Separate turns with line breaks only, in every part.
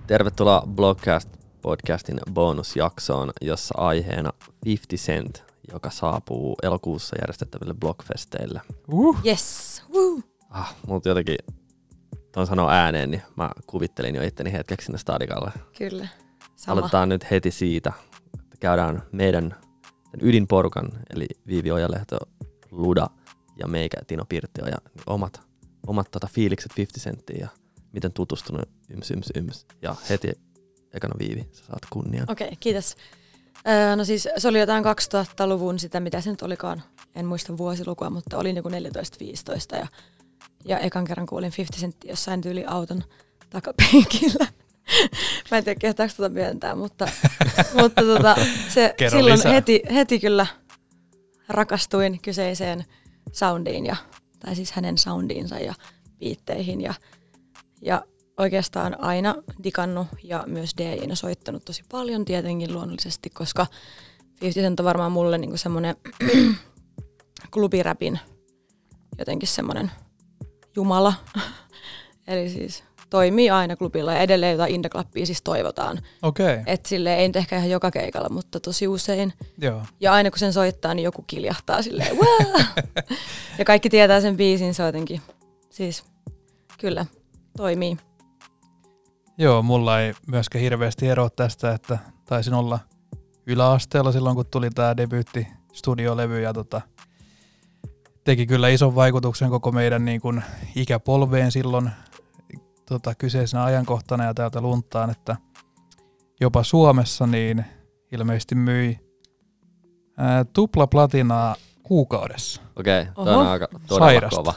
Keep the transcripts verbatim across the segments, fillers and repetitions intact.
Tervetuloa Blogcast-podcastin bonusjaksoon, jossa aiheena fifty Cent, joka saapuu elokuussa järjestettäville blogfesteille.
Uh.
Yes. Uh.
Ah, mut jotenkin, tuon sanoo ääneen, niin mä kuvittelin jo itteni hetkeksi sinne stadikalle.
Kyllä, sama.
Aloitetaan nyt heti siitä, että käydään meidän ydinporukan, eli Viivi Ojalehto, Luda ja meikä Tino Pirttioja, niin omat, omat tota, fiilikset fifty Centtiin ja miten tutustunut yms, yms, yms. Ja heti ekana Viivi, sä saat kunnian.
Okei, okay, kiitos. Öö, no siis se oli jotain kaksituhattaluvun sitä, mitä se nyt olikaan. En muista vuosilukua, mutta olin joku neljätoista viisitoista ja, ja ekan kerran kuulin fifty Centtiä jossain tyyli auton takapenkillä. Mä en tiedä, kehtaako tuota myöntää, mutta, mutta tota, se silloin heti, heti kyllä rakastuin kyseiseen soundiin, ja, tai siis hänen soundiinsa ja biitteihin. Ja, ja oikeastaan aina digannut ja myös D J:nä soittanut tosi paljon tietenkin luonnollisesti, koska fifty Cent on varmaan mulle niinku semmoinen klubiräpin jotenkin semmoinen jumala. Eli siis toimii aina klubilla ja edelleen jotain In The Clubia siis toivotaan.
Okei. Okay.
Että silleen ei nyt ehkä ihan joka keikalla, mutta tosi usein.
Joo.
Ja aina kun sen soittaa, niin joku kiljahtaa silleen Wah! Ja kaikki tietää sen biisin, se jotenkin siis kyllä toimii.
Joo, mulla ei myöskään hirveästi eroa tästä, että taisin olla yläasteella silloin, kun tuli tää debyytti studiolevy ja tota, teki kyllä ison vaikutuksen koko meidän niin kun ikäpolveen silloin tota, kyseisenä ajankohtana ja täältä luntaan, että jopa Suomessa niin ilmeisesti myi ää, tupla platinaa kuukaudessa.
Okei, okay, toi on aika todella
Sairasta.
kova.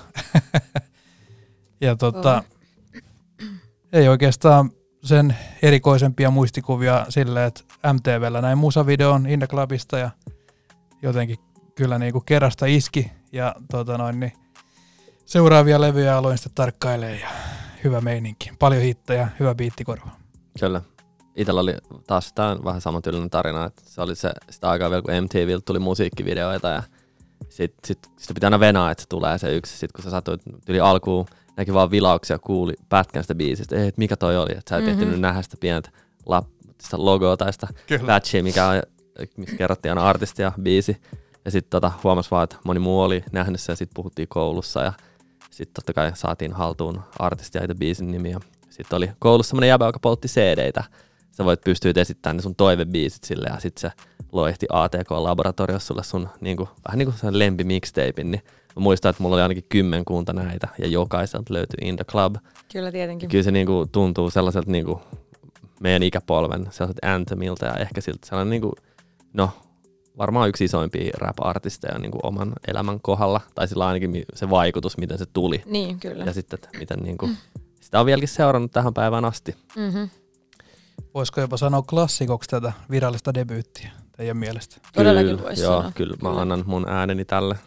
Ja tota, ei oikeastaan sen erikoisempia muistikuvia silleen, että M T V:llä näin musavideon In The Clubista ja jotenkin kyllä niinku kerrasta iski ja tota noin, niin seuraavia levyjä aloin sitten tarkkailemaan ja hyvä meininki. Paljon hittejä, hyvä biittikorva.
Kyllä. Itellä oli taas tää vähän samantyylinen tarina, että se oli se, sitä aikaa vielä, kun M T V:ltä tuli musiikkivideoita ja sit, sit, sitä pitää aina venaa, että se tulee se yksi. Sitten kun sä satuit yli alkuun, näki vaan vilauksia, kuuli pätkän sitä biisistä, ei, että mikä toi oli, että sä et mm-hmm. ehtinyt nähdä sitä pientä lap, sitä logoa tai sitä patchia, mikä on, missä kerrottiin aina artisti ja biisi. Ja sitten tota, huomasi vaan, että moni muu oli nähnyt sen ja sitten puhuttiin koulussa ja sitten totta kai saatiin haltuun artistia ja biisin nimiä. Sitten oli koulussa semmoinen jäbä, joka poltti C D:itä. Sä voit pystyä esittämään ne sun toivebiisit sille ja sitten se loihti A T K-laboratoriossa sulle sun niinku, vähän niin kuin sen lempimixtapein. Niin mä muistan, että mulla oli ainakin kymmenkunta näitä ja jokaiselta löytyi In The Club.
Kyllä tietenkin.
Kyllä se niinku tuntuu sellaiselta niinku meidän ikäpolven sellaiselta anthemilta ja ehkä siltä sellainen niinku, no varmaan yksi isoimpia rap-artisteja niinku oman elämän kohdalla. Tai sillä ainakin se vaikutus, miten se tuli.
Niin, kyllä.
Ja sitten, että miten niinku, sitä on vieläkin seurannut tähän päivään asti.
Mm-hmm.
Voisiko jopa sanoa klassikoksi tätä virallista debyyttiä teidän mielestä?
Todellakin voisi
joo,
sanoa.
Kyllä,
kyllä
mä annan mun ääneni tälle.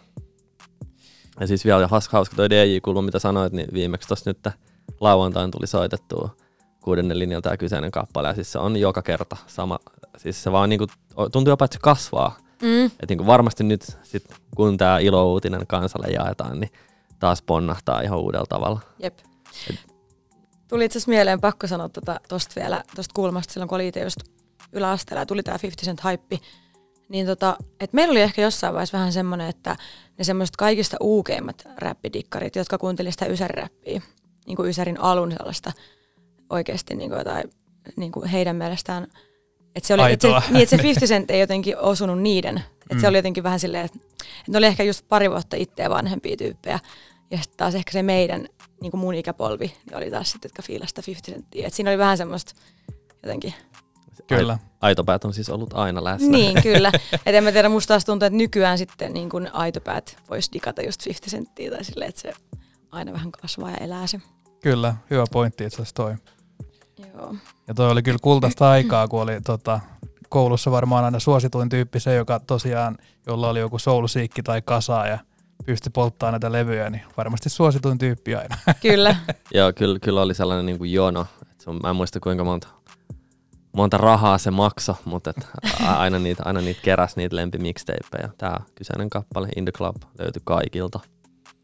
Ja siis vielä hauska, hauska toi D J-kulma, mitä sanoit, niin viimeksi tossa nyt lauantain tuli soitettua kuudennen linjalta tämä kyseinen kappale. Ja siis se on joka kerta sama. Siis se vaan niinku, tuntuu jopa, että se kasvaa.
Mm.
Että niinku varmasti nyt, sit, kun tää ilouutinen kansalle jaetaan, niin taas ponnahtaa ihan uudella tavalla.
Jep. Tuli itse asiassa mieleen, pakko sanoa tuota, tosta vielä, tosta kulmasta silloin, kun oli itse just yläasteella ja tuli tää fifty Cent hype, niin tota, että meillä oli ehkä jossain vaiheessa vähän semmoinen, että ne semmoiset kaikista uukeimmat räppidikkarit, jotka kuunteli sitä Ysäri-räppiä, niin kuin Ysärin alun sellaista oikeasti niin kuin jotain niin kuin heidän mielestään, että se, oli, että se, niin, että se fifty Cent ei jotenkin osunut niiden, että mm. se oli jotenkin vähän silleen, että, että ne oli ehkä just pari vuotta itseä vanhempia tyyppejä, ja sitten taas ehkä se meidän niin kuin mun ikäpolvi niin oli taas sitten, jotka fiilasi sitä fifty Centtiä, että siinä oli vähän semmoista jotenkin.
Kyllä.
Aitopäät on siis ollut aina läsnä.
Niin, kyllä. Et en mä tiedä, musta taas tuntuu, että nykyään sitten niin kun aitopäät vois digata just fifty Centtiä tai silleen, että se aina vähän kasvaa ja elää se.
Kyllä, hyvä pointti itse asiassa toi.
Joo.
Ja toi oli kyllä kultaista aikaa, kun oli tota, koulussa varmaan aina suosituin tyyppi se, joka tosiaan, jolla oli joku soul-siikki tai kasa ja pystyi polttamaan näitä levyjä, niin varmasti suosituin tyyppi aina.
Kyllä.
Joo, kyllä, kyllä oli sellainen niin kuin jono. Et se on, mä en muista kuinka monta, monta rahaa se maksoi, mutta et aina niitä, aina niitä keräsi niitä lempimixtapeja. Tää kyseinen kappale In The Club löytyi kaikilta.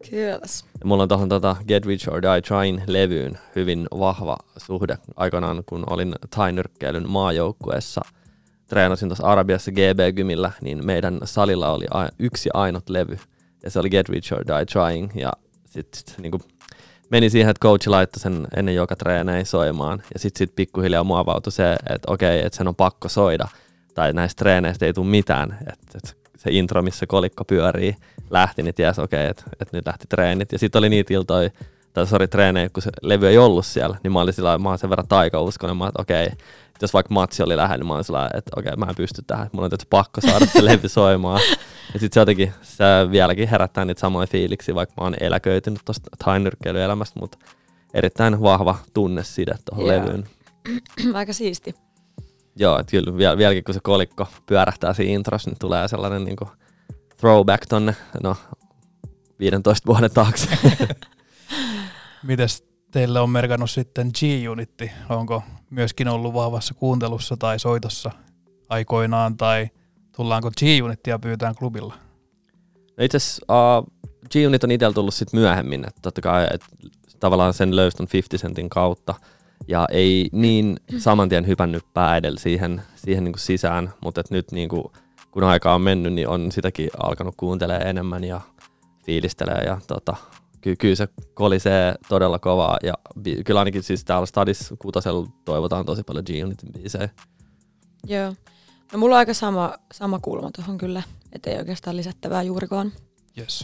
Kyllä.
Ja mulla on tuohon tota Get Rich or Die Trying-levyyn hyvin vahva suhde. Aikanaan, kun olin thai-nyrkkeilyn maajoukkueessa, treenasin tuossa Arabiassa G B-gymillä, niin meidän salilla oli yksi ainut levy. Ja se oli Get Rich or Die Trying. Ja sitten sit, niinku meni siihen, että coach laittoi sen ennen joka treenejä soimaan. Ja sitten sit pikkuhiljaa muovautui se, että okei, että sen on pakko soida. Tai näistä treeneistä ei tule mitään. Että et se intro, missä kolikko pyörii, lähti, niin ties okei, että et nyt lähti treenit. Ja sitten oli niitä iltoja, tai sori treenejä, kun se levy ei ollut siellä, niin mä olin sillä mä oon sen verran taikauskonen, että okei, jos vaikka matsi oli lähellä, niin mä olin sillä että okei, mä en pysty tähän, että mulla on tietysti pakko saada se levy soimaan. Ja sitten se jotenkin, se vieläkin herättää niitä samoja fiiliksiä, vaikka mä oon eläköitynyt tuosta thai-nyrkkeilyelämästä, mutta erittäin vahva tunneside tuohon yeah. levyyn.
Aika siisti.
Joo, että kyllä viel, vieläkin kun se kolikko pyörähtää siinä introssa, niin tulee sellainen niin kuin throwback tonne no, viidentoista vuoden taakse.
Mites teille on merkannut sitten G-Unitti? Onko myöskin ollut vahvassa kuuntelussa tai soitossa aikoinaan, tai tullaanko G-Unittia pyytään klubilla?
No itse asiassa uh, G-Unit on itsellä tullut sitten myöhemmin, että totta kai et, tavallaan sen löysi ton viisikymmentä sentin kautta, ja ei niin saman tien hypännyt pää edellä siihen, siihen niin kuin sisään, mutta nyt niin kuin, kun aika on mennyt, niin on sitäkin alkanut kuuntelemaan enemmän ja fiilistelee. Ja tota, ky- kyllä se kolisee todella kovaa. Ja bi- kyllä ainakin siis täällä Stadis kutosella toivotaan tosi paljon G-Unitin biisejä.
Joo. No mulla on aika sama, sama kulma tuohon kyllä, ettei oikeastaan lisättävää juurikaan.
Yes.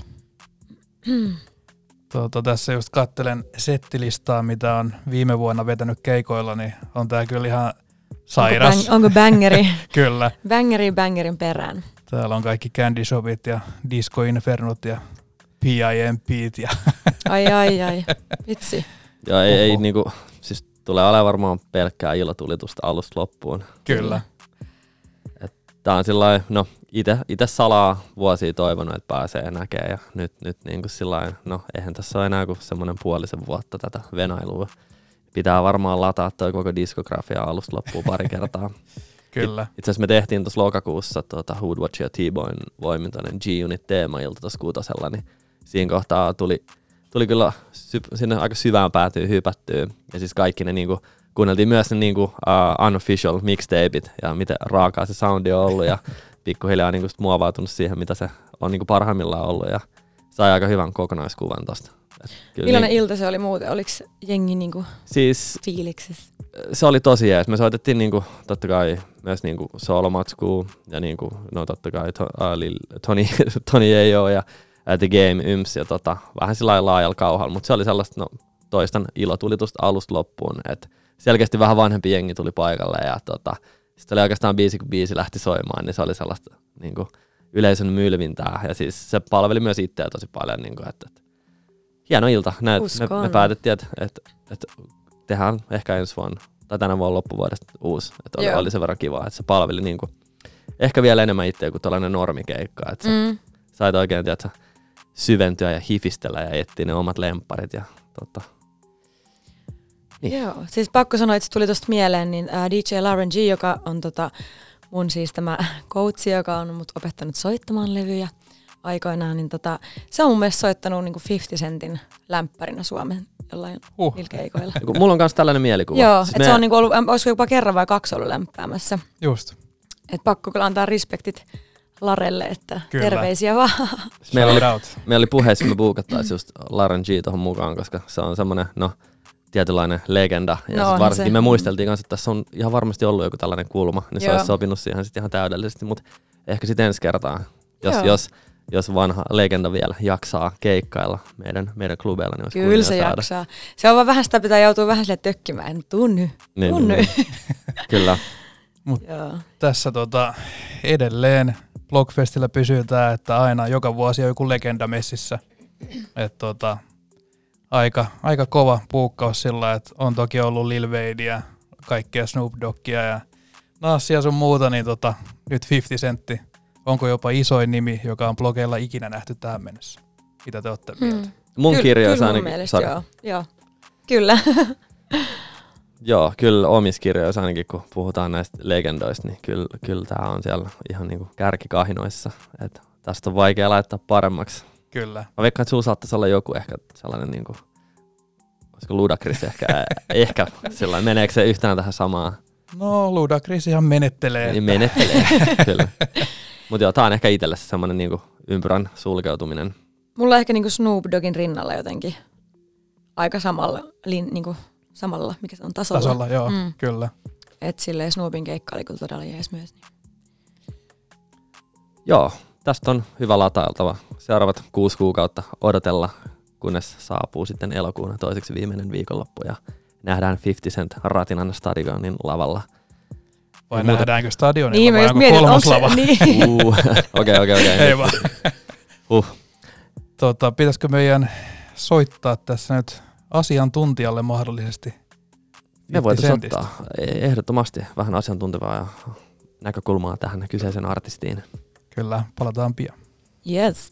Tuota, tässä just katselen settilistaa, mitä on viime vuonna vetänyt keikoilla, niin on tää kyllä ihan sairas.
Onko, bang, onko bangeri?
Kyllä.
Bangeri bangerin perään.
Täällä on kaikki Candy Shopit ja Disco Infernot ja P I M P:t. Ja
ai ai ai, vitsi.
Joo, ei, ei niinku, siis tulee olemaan varmaan pelkkää ilotulitusta alusta loppuun.
Kyllä.
Tää on sillain, no ite, ite salaa vuosia toivonut, että pääsee näkemään ja nyt, nyt niinku sillain, no eihän tässä ole enää kuin semmoinen puolisen vuotta tätä venailua. Pitää varmaan lataa toi koko diskografia alusta loppuun pari kertaa.
Kyllä.
Itse asiassa me tehtiin tuossa lokakuussa tuota Hoodwatch ja T-Boyn voimin toinen G-Unit teemailta tuossa kuutosella, niin siinä kohtaa tuli, tuli kyllä sy- sinne aika syvään päätyy hypättyä. Ja siis kaikki ne niinku, kuunneltiin myös ne niinku, uh, unofficial mixtapeit ja miten raakaa se soundi on ollut ja pikkuhiljaa niinku muovautunut siihen, mitä se on niinku parhaimmillaan ollut ja sai aika hyvän kokonaiskuvan tosta.
Millainen niin, ilta se oli muuten? Oliko jengi niinku
siis,
fiiliksissä?
Se oli tosi jees. Me soitettiin niinku, totta kai myös niinku solomatskua ja niinku, no totta kai to, uh, Tony, Tony Ayo ja uh, The Game Yms ja tota, vähän sillä laajalla kauhalla, mutta se oli sellaista no, toistan ilotulitusta alusta loppuun. Et selkeästi vähän vanhempi jengi tuli paikalle ja tota, sitten oli oikeastaan biisi kun biisi lähti soimaan, niin se oli sellaista niinku, yleisön mylvintää ja siis se palveli myös itseä tosi paljon. Niinku, että, et, hieno ilta. Näet, me, me päätettiin, että et, et tehdään ehkä ensi vuonna tai tänä vuonna loppuvuodesta uusi. Että oli, oli se verran kiva, että se palveli niinku, ehkä vielä enemmän itseä kuin tällainen normikeikka. Että mm. sait oikein tiedätkö, syventyä ja hifistellä ja etsiä ne omat lempparit. Ja, tota.
niin. Joo, siis pakko sanoa, että tuli tuosta mieleen, niin ää, D J Lauren G, joka on tota, mun siis tämä coachi, joka on mut opettanut soittamaan levyjä aikoinaan, niin tota, se on mun mielestä soittanut niinku viisikymmentä sentin lämppärinä Suomen jollain uh. keikoilla.
Mulla on myös tällainen mielikuva.
Joo, siis että me... se on niinku ollut, olisiko jopa kerran vai kaksi ollut lämpäämässä.
Just.
Et pakko kyllä antaa respektit Larelle, että kyllä. Terveisiä vaan.
Meillä oli, meillä oli puheessa, me buukattaisiin just Lauren G tuohon mukaan, koska se on semmoinen, no, tietynlainen legenda. Ja no, varsinkin se. Me muisteltiin kanssa, että tässä on ihan varmasti ollut joku tällainen kulma, niin se Joo. olisi sopinut siihen sitten ihan täydellisesti, mutta ehkä sitten ensi kertaa, jos, jos, jos vanha legenda vielä jaksaa keikkailla meidän, meidän klubeilla, niin olisi
kyllä se saada. Jaksaa. Se on vaan vähän sitä, pitää joutua vähän sille tökkimään, tunny,
niin,
tunny.
Niin, niin. Kyllä.
Mut tässä tota, edelleen Blockfestillä pysytään, että aina joka vuosi on joku legenda messissä. Et tota, aika, aika kova puukkaus sillä, että on toki ollut Lil Wadeä, kaikkea Snoop Doggia ja Nassia sun muuta, niin tota, nyt viisikymmentä sentti. Onko jopa isoin nimi, joka on blogeilla ikinä nähty tähän mennessä? Mitä te olette mieltä?
Hmm. Mun Ky- kirjoissa ainakin.
Mielestä, joo. joo. Kyllä.
Joo, kyllä omissa kirjoissa ainakin, kun puhutaan näistä legendoista, niin kyllä, kyllä tämä on siellä ihan niinku kärkikahinoissa. Et tästä on vaikea laittaa paremmaksi.
Kyllä.
Mä veikkaan, että sulla saattaisi olla joku ehkä sellainen, niin kuin, olisiko Ludacris ehkä, ehkä sellainen, meneekö se yhtenä tähän samaan?
No Ludacris ihan menettelee.
Niin menettelee, kyllä. Mutta joo, tää on ehkä itselle semmoinen niin kuin ympyrän sulkeutuminen.
Mulla on ehkä niinku Snoop Doggin rinnalla jotenkin aika samalla, lin, niinku samalla mikä se on, tasolla.
Tasolla, joo, mm. kyllä.
Et silleen Snoopin keikka oli kyllä todella jees myös. Niin.
Joo, tästä on hyvä latailtava. Seuraavat kuusi kuukautta odotella, kunnes saapuu sitten elokuun toiseksi viimeinen viikonloppu ja nähdään viisikymmentä Cent Ratinan stadionin lavalla.
Vai muuta... nähdäänkö stadionilla
niin,
vai onko
mietin,
kolmas lava?
Okei, okei, okei.
Ei vaan.
Uh.
Tota, pitäisikö meidän soittaa tässä nyt asiantuntijalle mahdollisesti?
Me voitaisiin ottaa ehdottomasti vähän asiantuntevaa ja näkökulmaa tähän kyseisen artistiin.
Kyllä, palataan pian.
Yes.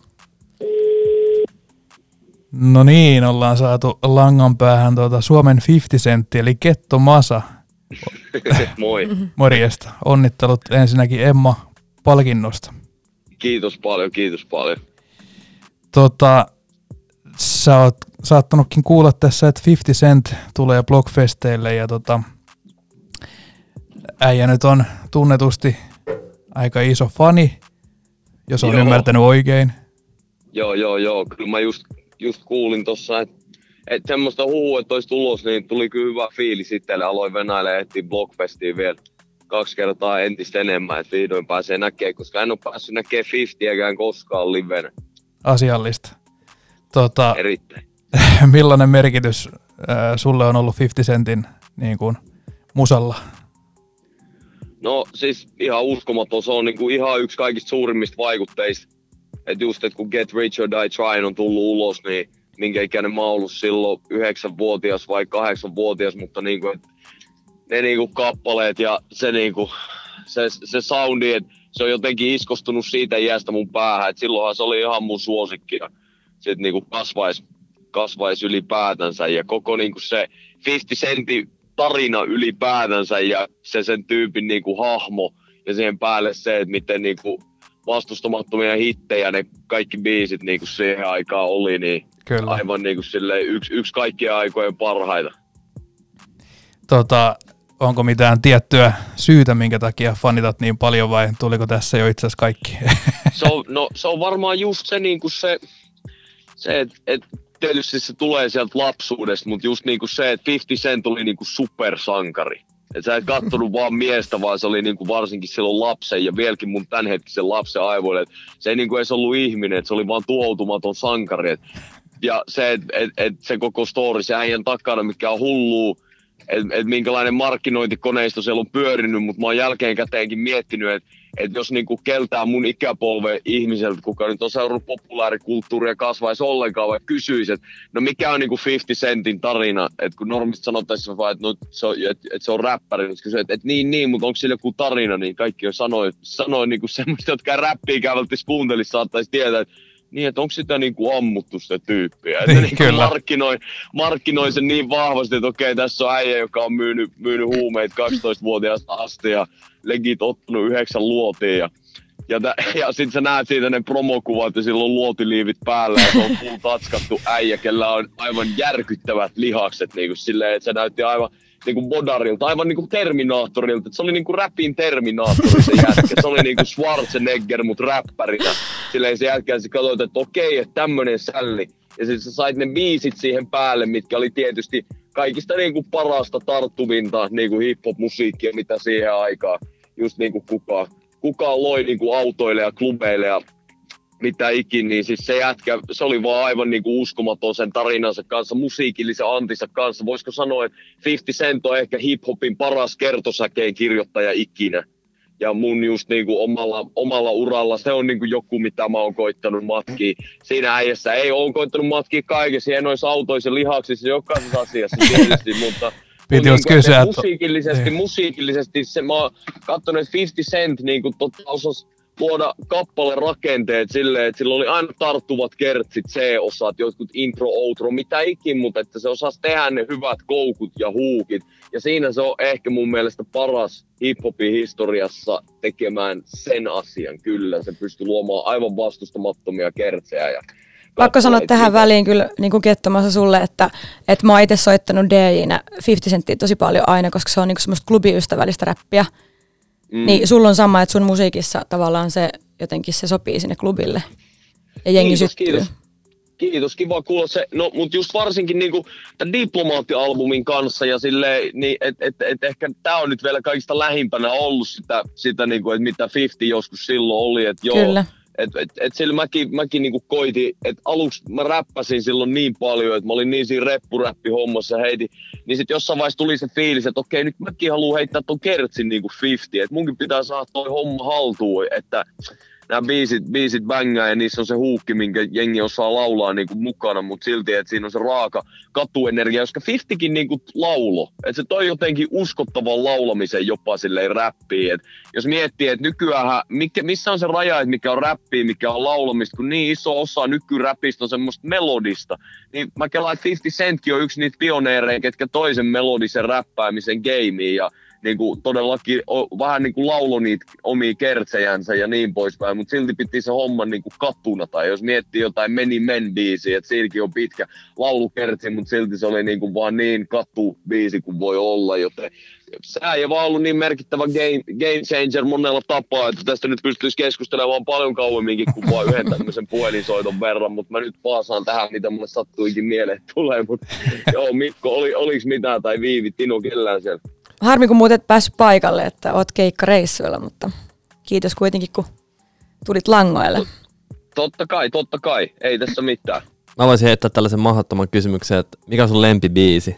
No niin, ollaan saatu langan päähän tuota Suomen viisikymmentä Centtiä, eli Ketto Masa.
Moi.
Morjesta. Onnittelut ensinnäkin Emma palkinnosta.
Kiitos paljon, kiitos paljon.
Tota, sä oot saattanutkin kuulla tässä, että viisikymmentä Cent tulee Blockfesteille ja tota, äijä nyt on tunnetusti aika iso fani, jos on
joo.
ymmärtänyt oikein.
Joo, joo, joo. Kyllä mä just, just kuulin tossa, että et semmoista huhua, että olisi tulos, niin tuli kyllä hyvä fiilis itselle. Aloin venäillä ja ehtiin Blockfestiin vielä kaksi kertaa entistä enemmän, että vihdoin pääsee näkemään, koska en ole päässyt näkemään viisikymmentäkään koskaan livenä.
Asiallista. Tota,
Erittäin.
Millainen merkitys äh, sulle on ollut viisikymmentä Centin niin kuin, musalla?
No siis ihan uskomaton. Se on niinku ihan yksi kaikista suurimmista vaikutteista. Että just, että kun Get Rich or Die Tryin on tullut ulos, niin minkä ikäinen mä oon ollut silloin yhdeksänvuotias vai kahdeksanvuotias, mutta niinku, et ne niinku kappaleet ja se, niinku, se, se soundi, että se on jotenkin iskostunut siitä iästä mun päähän, että silloinhan se oli ihan mun suosikki ja sit niinku kasvais, kasvais ylipäätänsä ja koko niinku se viisikymmentä Centin tarina ylipäätänsä ja se sen tyypin niinku hahmo ja siihen päälle se, että miten niinku vastustamattomia hittejä ne kaikki biisit niinku siihen aikaan oli, niin
Kyllä.
aivan niinku silleen yksi, yksi kaikkien aikojen parhaita.
Tota, onko mitään tiettyä syytä, minkä takia fanitat niin paljon vai tuliko tässä jo itse asiassa kaikki?
Se on, no, se on varmaan just se, niinku se, se että et, tietysti se tulee sieltä lapsuudesta, mutta just niinku se, että viisikymmentä Cent oli niinku supersankari. Et sä et kattonut vaan miestä, vaan se oli niinku varsinkin silloin lapsen ja vieläkin mun tämänhetkisen lapsen aivoille. Et se ei niinku edes ollut ihminen, että se oli vaan tuoutumaton sankari. Et, ja se, että et, et se koko story, se äijän takana, mikä on hullua, että et minkälainen markkinointikoneisto siellä on pyörinyt, mutta mä oon jälkeenkäteenkin miettinyt, että et jos niinku keltää mun ikäpolven ihmiseltä, kuka nyt on seurannut populaarikulttuuria kasvaisi ollenkaan, vai kysyisi, että no mikä on niinku viisikymmentä Centin tarina, että kun normista sanottaisiin vaan, että no, se on, et, et se on räppäri, niin kysyy, että et niin, niin, mutta onko sillä joku tarina, niin kaikki jo sanoi, sanoi niinku semmoista, jotka räppiä käyvältis kuuntelisi, saattaisi tietää, että niin, että onko sitä niinku ammuttu sitä tyyppiä. Että
niin,
niinku markkinoi, markkinoi sen niin vahvasti, että okei, tässä on äijä, joka on myynyt, myynyt huumeita kaksitoistavuotiaasta asti ja legit ottanut yhdeksän luotia. Ja, ja, ja sit sä näet siitä ne promokuvat ja sillä on luotiliivit päällä ja se on full tatskattu äijä, kellä on aivan järkyttävät lihakset. Niinku silleen, että se näytti aivan niinku bodarilta, aivan niinku Terminaattorilta. Et se oli niinku räpin Terminaattori se jätkä. Se oli niinku Schwarzenegger, mut räppärinä. Silleen se jälkeen sä katsoit, että okei, että tämmönen sälli. Ja sit sä sait ne biisit siihen päälle, mitkä oli tietysti kaikista niinku parasta tarttuvinta niinku hip-hop-musiikkia, mitä siihen aikaan just niinku kukaan, kukaan loi niinku autoille ja klubeille ja mitä ikin, niin siis se jätkä, se oli vaan aivan niinku uskomaton sen tarinansa kanssa, musiikillisen antinsa kanssa. Voisiko sanoa, että viisikymmentä Cent on ehkä hip-hopin paras kertosäkeen kirjoittaja ikinä. Ja mun just niinku omalla, omalla uralla se on niinku joku, mitä mä oon koittanut matkia. Siinä äijässä ei oon koittanut matkia kaikessa, hienoissa autoissa ja lihaksissa, jokaisessa asiassa tietysti, mutta
Piti just
niinku,
kysyä, että
musiikillisesti, musiikillisesti se, mä oon kattonut, että viisikymmentä Cent niinku tota osas luoda kappale rakenteet silleen, että sillä oli aina tarttuvat kertsit, C-osat, jotkut intro, outro, mitä ikin, mutta että se osasi tehdä ne hyvät koukut ja huukit. Ja siinä se on ehkä mun mielestä paras hip-hopin historiassa tekemään sen asian, kyllä. Se pystyi luomaan aivan vastustamattomia kertsejä ja
Pakko sanoa
kappaleita
tähän
siitä.
väliin kyllä niin kuin Kettomassa sulle, että, että mä oon itse soittanut D J:nä viisikymmentä Centtiä tosi paljon aina, koska se on niin kuin semmoista klubiystävällistä räppiä. Mm. Niin sulla on sama, että sun musiikissa tavallaan se jotenkin se sopii sinne klubille ja jengi
Kiitos,
syttyy.
kiitos. Kiitos, kiva kuulla se. No, mutta just varsinkin niinku tämän Diplomaatti-albumin kanssa ja silleen, niin että et, et ehkä tää on nyt vielä kaikista lähimpänä ollut sitä, sitä niinku, että mitä viisikymmentä joskus silloin oli. Että joo,
Kyllä.
että et, et sillä mäkin, mäkin niinku koitin, että aluksi mä räppäsin silloin niin paljon, että mä olin niin siinä reppuräppi-hommassa heitin. Niin sit jossain vaiheessa tuli se fiilis, että okei, nyt mäkin haluan heittää ton kertsin niinku viisikymmentä, että munkin pitää saada toi homma haltuun, että nämä biisit, biisit bängää ja niissä on se huukki, minkä jengi osaa laulaa niinku mukana, mutta silti, että siinä on se raaka katuenergia, koska viisikymmentäkin niinku laulo. Että se toi jotenkin uskottavan laulamisen jopa silleen räppiin. Et jos miettii, että nykyään, mikä, missä on se raja, että mikä on räppiä, mikä on laulamista, kun niin iso osa nykyräpistä on semmoista melodista, niin mä kelaan, että viisikymmentä Centkin on yksi niitä pioneereja, ketkä toisen melodisen räppäämisen gameiin ja niin kuin todellakin o, vähän niin kuin laulo niitä omia kertsejänsä ja niin poispäin, mutta silti piti se homma niin kuin katuna. Tai jos miettii jotain Many Men biisiä, että siinäkin on pitkä laulukertsi, mutta silti se oli niin kuin vaan niin katubiisi kuin voi olla, joten sä ei vaan ollut niin merkittävä game, game changer monella tapaa, että tästä nyt pystyisi keskustelemaan paljon kauemminkin kuin vaan yhden tämmöisen puhelinsoiton verran, mutta mä nyt paasaan tähän, mitä mulle sattuikin mieleen tulee, mutta joo, Mikko, oli, oliks mitään tai Viivi, Tino, kellään siellä?
Harmi, kun muuten et päässyt paikalle, että oot keikkareissuilla, mutta kiitos kuitenkin, kun tulit langoille.
Totta kai, totta kai. Ei tässä mitään.
Mä voisin heittää tällaisen mahdottoman kysymyksen, että mikä on sun lempibiisi?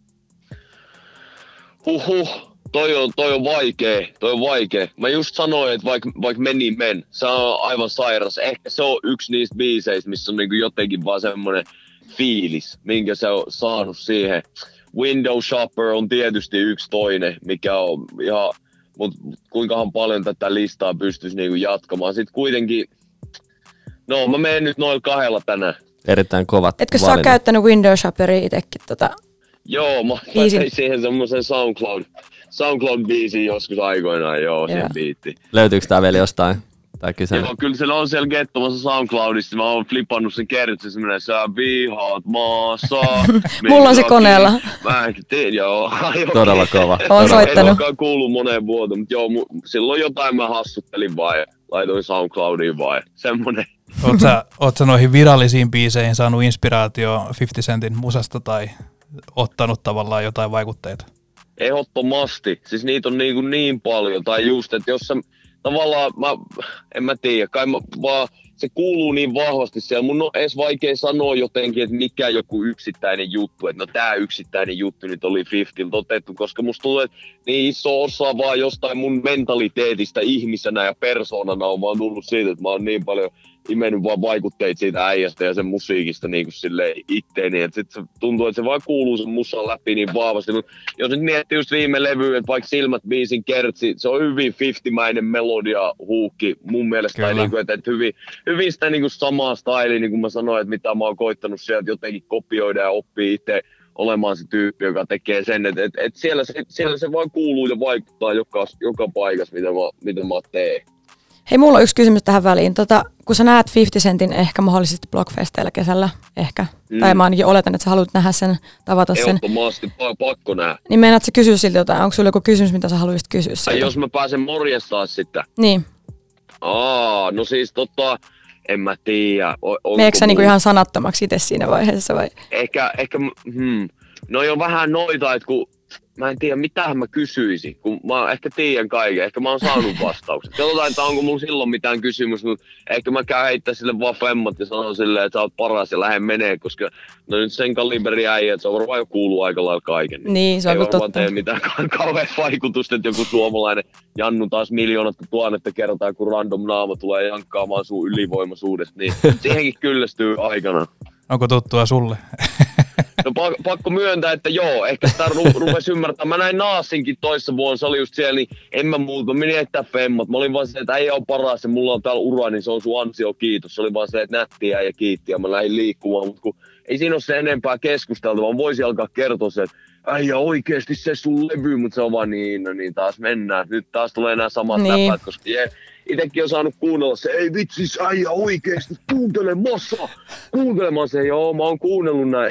Huhhuh, toi on, toi on vaikee, toi on vaikee. Mä just sanoin, että vaikka vaik Many Men, se on aivan sairas. Ehkä se on yksi niistä biiseistä, missä on niinku jotenkin vaan semmonen fiilis, minkä se on saanut siihen. Window Shopper on tietysti yksi toinen, mikä on ihan, mutta kuinkahan paljon tätä listaa pystyisi niinku jatkamaan. Sitten kuitenkin, no mä menen nyt noilla kahdella tänään.
Erittäin kovat
Etkö sä
valinnat.
ole käyttänyt Windows Shopperia itsekin? Tota,
Joo, mä
Biisin.
tein siihen semmoisen SoundCloud, SoundCloud-biisin joskus aikoinaan, joo,
Joo.
siihen biittiin.
Löytyykö tää vielä jostain? Tai kyseinen.
Joo, kyllä se on siellä Kettomassa SoundCloudissa. Mä oon flipannut sen kertsin, se menee, sä vihaat maassa.
Mulla on se koneella.
Mä en tiedä, joo.
Todella kova.
Oon soittanut.
En olekaan kuullut moneen vuoteen, mutta joo, mu- silloin jotain mä hassuttelin vaan ja laitoin SoundCloudiin vaan. Semmonen.
Oot sä, oot sä noihin virallisiin biiseihin saanut inspiraatio viisikymmentä Centin musasta tai ottanut tavallaan jotain vaikutteita?
Ehdottomasti. Siis niitä on niin, kuin niin paljon. Tai just, että jos sä tavallaan, mä, en mä tiedä, kai mä vaan, se kuuluu niin vahvasti siellä. Mun on edes vaikea sanoa jotenkin, että mikä joku yksittäinen juttu, että no tää yksittäinen juttu nyt oli viisikymmentä otettu, koska musta tuntuu, että niin iso osa vaan jostain mun mentaliteetistä ihmisenä ja persoonana on vaan tullut siitä, että mä oon niin paljon imennyt vaan vaikutteita siitä äijästä ja sen musiikista niin kuin silleen itteeni, että sit se tuntuu, että se vaan kuuluu sen musan läpi niin vahvasti, mutta jos nyt miettii just viime levyä, että vaikka Silmät biisin kertsi, se on hyvin viisikymmentämäinen melodia, huukki mun mielestä, tai niin kuin, että, että hyvin, hyvin sitä niin kuin samaa styliä, niin kuin mä sanoin, että mitä mä oon koittanut sieltä jotenkin kopioida ja oppia itse olemaan se tyyppi, joka tekee sen, että, että, että siellä, se, siellä se vaan kuuluu ja vaikuttaa joka, joka paikassa, mitä mä, mitä mä teen.
hei, mulla on yksi kysymys tähän väliin. Tota, kun sä näet viisikymmentä Centin ehkä mahdollisesti Blockfesteillä kesällä, ehkä, mm. tai mä ainakin oletan, että sä haluat nähdä sen, tavata sen,
Ehdottomasti, pakko nähdä.
niin meinaat sä kysyä siltä jotain? Onko sulla joku kysymys, mitä sä haluaisit kysyä
Tai
siltä?
jos mä pääsen morjestaa sitä.
Niin.
Aa, no siis tota, en mä tiedä.
Meneekö sä niinku ihan sanattomaksi itse siinä vaiheessa vai?
Ehkä, ehkä, hmm. No on vähän noita, että kun mä en tiedä, mitähän mä kysyisin, kun mä ehkä tiedän kaiken, ehkä mä oon saanut vastaukset. Katsotaan, että onko mulla silloin mitään kysymys, mutta ehkä mä käyn heittää sille vaan femmat ja sanon silleen, että sä oot paras ja lähden menee, koska no nyt sen kaliberi äijä, että se on varmaan jo kuuluu aika lailla kaiken.
Niin, se on
ei
kyllä
varmaan
totta.
tee mitään kauhean vaikutusta, että joku suomalainen Jannu taas miljoonat tuhannetta kertaa, kun random naama tulee jankkaamaan sun ylivoimaisuudesta, niin siihenkin kyllästyy aikana.
Onko tuttua sulle?
No pakko myöntää, että joo, ehkä sitä ru- rupesi ymmärtämään. Mä näin Naasinkin toissa vuonna, se oli just siellä, niin en mä muuta, mä menin ettää femmat. Mä olin vaan se, että äijä on paras ja mulla on täällä ura, niin se on sun ansio, kiitos. Se oli vaan se, että nättiä ja kiitti ja mä lähdin liikkumaan, mutta kun ei siinä ole se enempää keskusteltua, vaan voisi alkaa kertoa se, että äijä oikeesti se sun levy, mutta se on vaan niin, no niin taas mennään. Nyt taas tulee nämä samat niin. Näpät, koska je, itekin on saanut kuunnella se, ei vitsis äijä oikeesti, kuuntele massa, kuuntelemaan se, joo mä oon kuunnellut näin.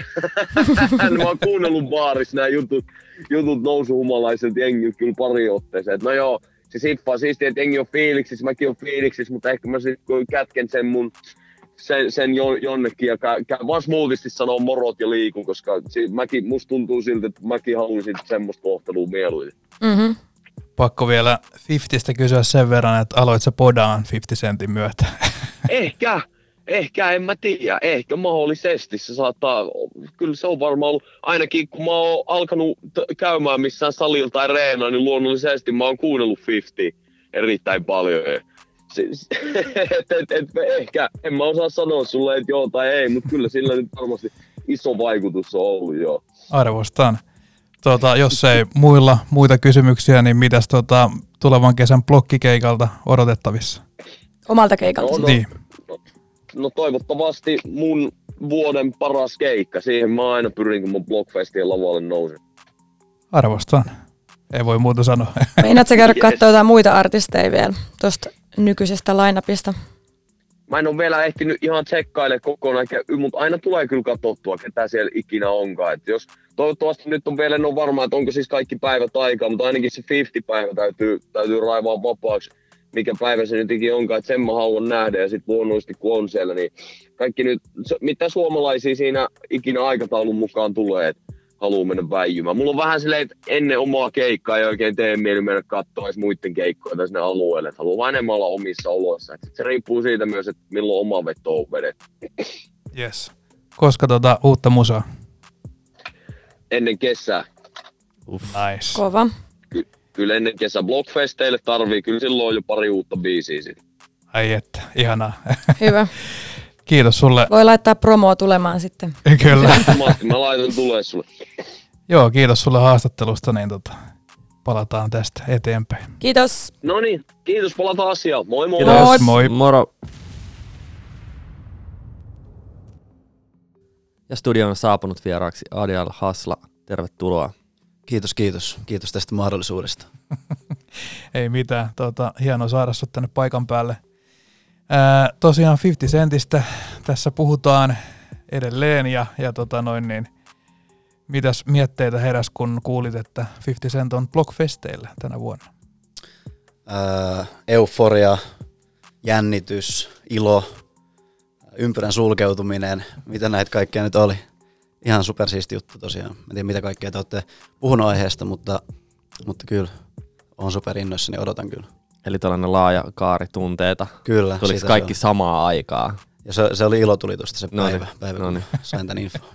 Mä oon kuunnellut baarissa nämä jutut, jutut nousuhumalaiset jengi kyllä pari otteeseen, että no joo. Se siffaa siistiä, että jengi on fiiliksissä, mäkin on fiiliksissä, mutta ehkä mä sitten kätken sen mun sen, sen jonnekin ja käyn kä, vaan smoothisti sanoo morot ja liikun, koska si, mäkin, musta tuntuu siltä, että mäkin haluaisin semmoista kohtelua mieluiten.
Mm-hmm.
Pakko vielä viisikymmentä kysyä sen verran, että aloit sä podaan viisikymmentä sentin myötä?
Ehkä, ehkä en mä tiedä, ehkä mahdollisesti se saattaa, kyllä se on varmaan ollut, ainakin kun mä oon alkanut t- käymään missään salilla tai reenaan, niin luonnollisesti mä oon kuunnellut viisikymmentä erittäin paljon. Siis, et, et, et, ehkä, en mä osaa sanoa sulle, että joo tai ei, mutta kyllä sillä nyt varmasti iso vaikutus on ollut, joo.
Arvostan. Tota, jos ei muilla muita kysymyksiä, niin mitäs tota, tulevan kesän blokkikeikalta odotettavissa?
Omalta keikalta?
No, no,
niin.
no, no toivottavasti mun vuoden paras keikka. Siihen mä aina pyrin, kun mun Blockfestien lavalle nousen.
Arvostan. Ei voi muuta sanoa.
Meinaat sä käydä
Yes.
katsoa jotain muita artisteja vielä tuosta nykyisestä line-upista?
Mä en ole vielä ehtinyt ihan tsekkailemaan kokonaan, mutta aina tulee kyllä katsottua, ketä siellä ikinä onkaan. Et jos, toivottavasti nyt on vielä, en ole varma, että onko siis kaikki päivät aikaa, mutta ainakin se viisikymmentä-päivä täytyy, täytyy raivaa vapaaksi, mikä päivä se nyt ikinä onkaan, että sen mä haluan nähdä. Ja sitten luonnollisesti kun on siellä, niin kaikki nyt, mitä suomalaisia siinä ikinä aikataulun mukaan tulee, että haluaa mennä väijymään. Mulla on vähän silleen, että ennen omaa keikkaa ei oikein tee mieli mennä katsoa edes muiden keikkoja sinne alueelle. Että haluaa vaan enemmän olla omissa oloissa. Et se riippuu siitä myös, että milloin oma veto on vedetty.
Yes. Koska tota uutta musaa?
Ennen kesää.
Uff. Nice.
Kova.
Ky- kyllä ennen kesää. Blockfesteille tarvii. Kyllä silloin on jo pari uutta biisiä sit.
Ai että, ihanaa.
Hyvä.
Kiitos sulle.
Voi laittaa promoa tulemaan sitten.
Kyllä.
Mä laitan tulee sulle.
Joo, kiitos sulle haastattelusta, niin tota, palataan tästä eteenpäin.
Kiitos.
No niin, kiitos, palataan asiaan. Moi moi.
Kiitos,
Moi.
moi.
Moro. Ja studioon on saapunut vieraaksi Adial Hasla. Tervetuloa.
Kiitos, kiitos. Kiitos tästä mahdollisuudesta.
Ei mitään, tota, hienoa saada sut tänne paikan päälle. Ää, tosiaan viisikymmentä sentistä tässä puhutaan edelleen ja, ja tota noin niin, mitäs mietteitä heräs, kun kuulit, että viisikymmentä Cent on Blockfesteillä tänä vuonna?
Ää, euforia, jännitys, ilo, ympyrän sulkeutuminen, mitä näitä kaikkea nyt oli. Ihan supersiisti juttu tosiaan. Mä en tiedä, mitä kaikkea te olette puhunut aiheesta, mutta, mutta kyllä, on superinnoissani, odotan kyllä.
Eli tällainen laaja kaari tunteita.
Kyllä.
Tuliko kaikki samaa aikaa?
Ja se, se oli ilotulitusta se
Noniin,
päivä, päivä
noniin.
kun sain tän info.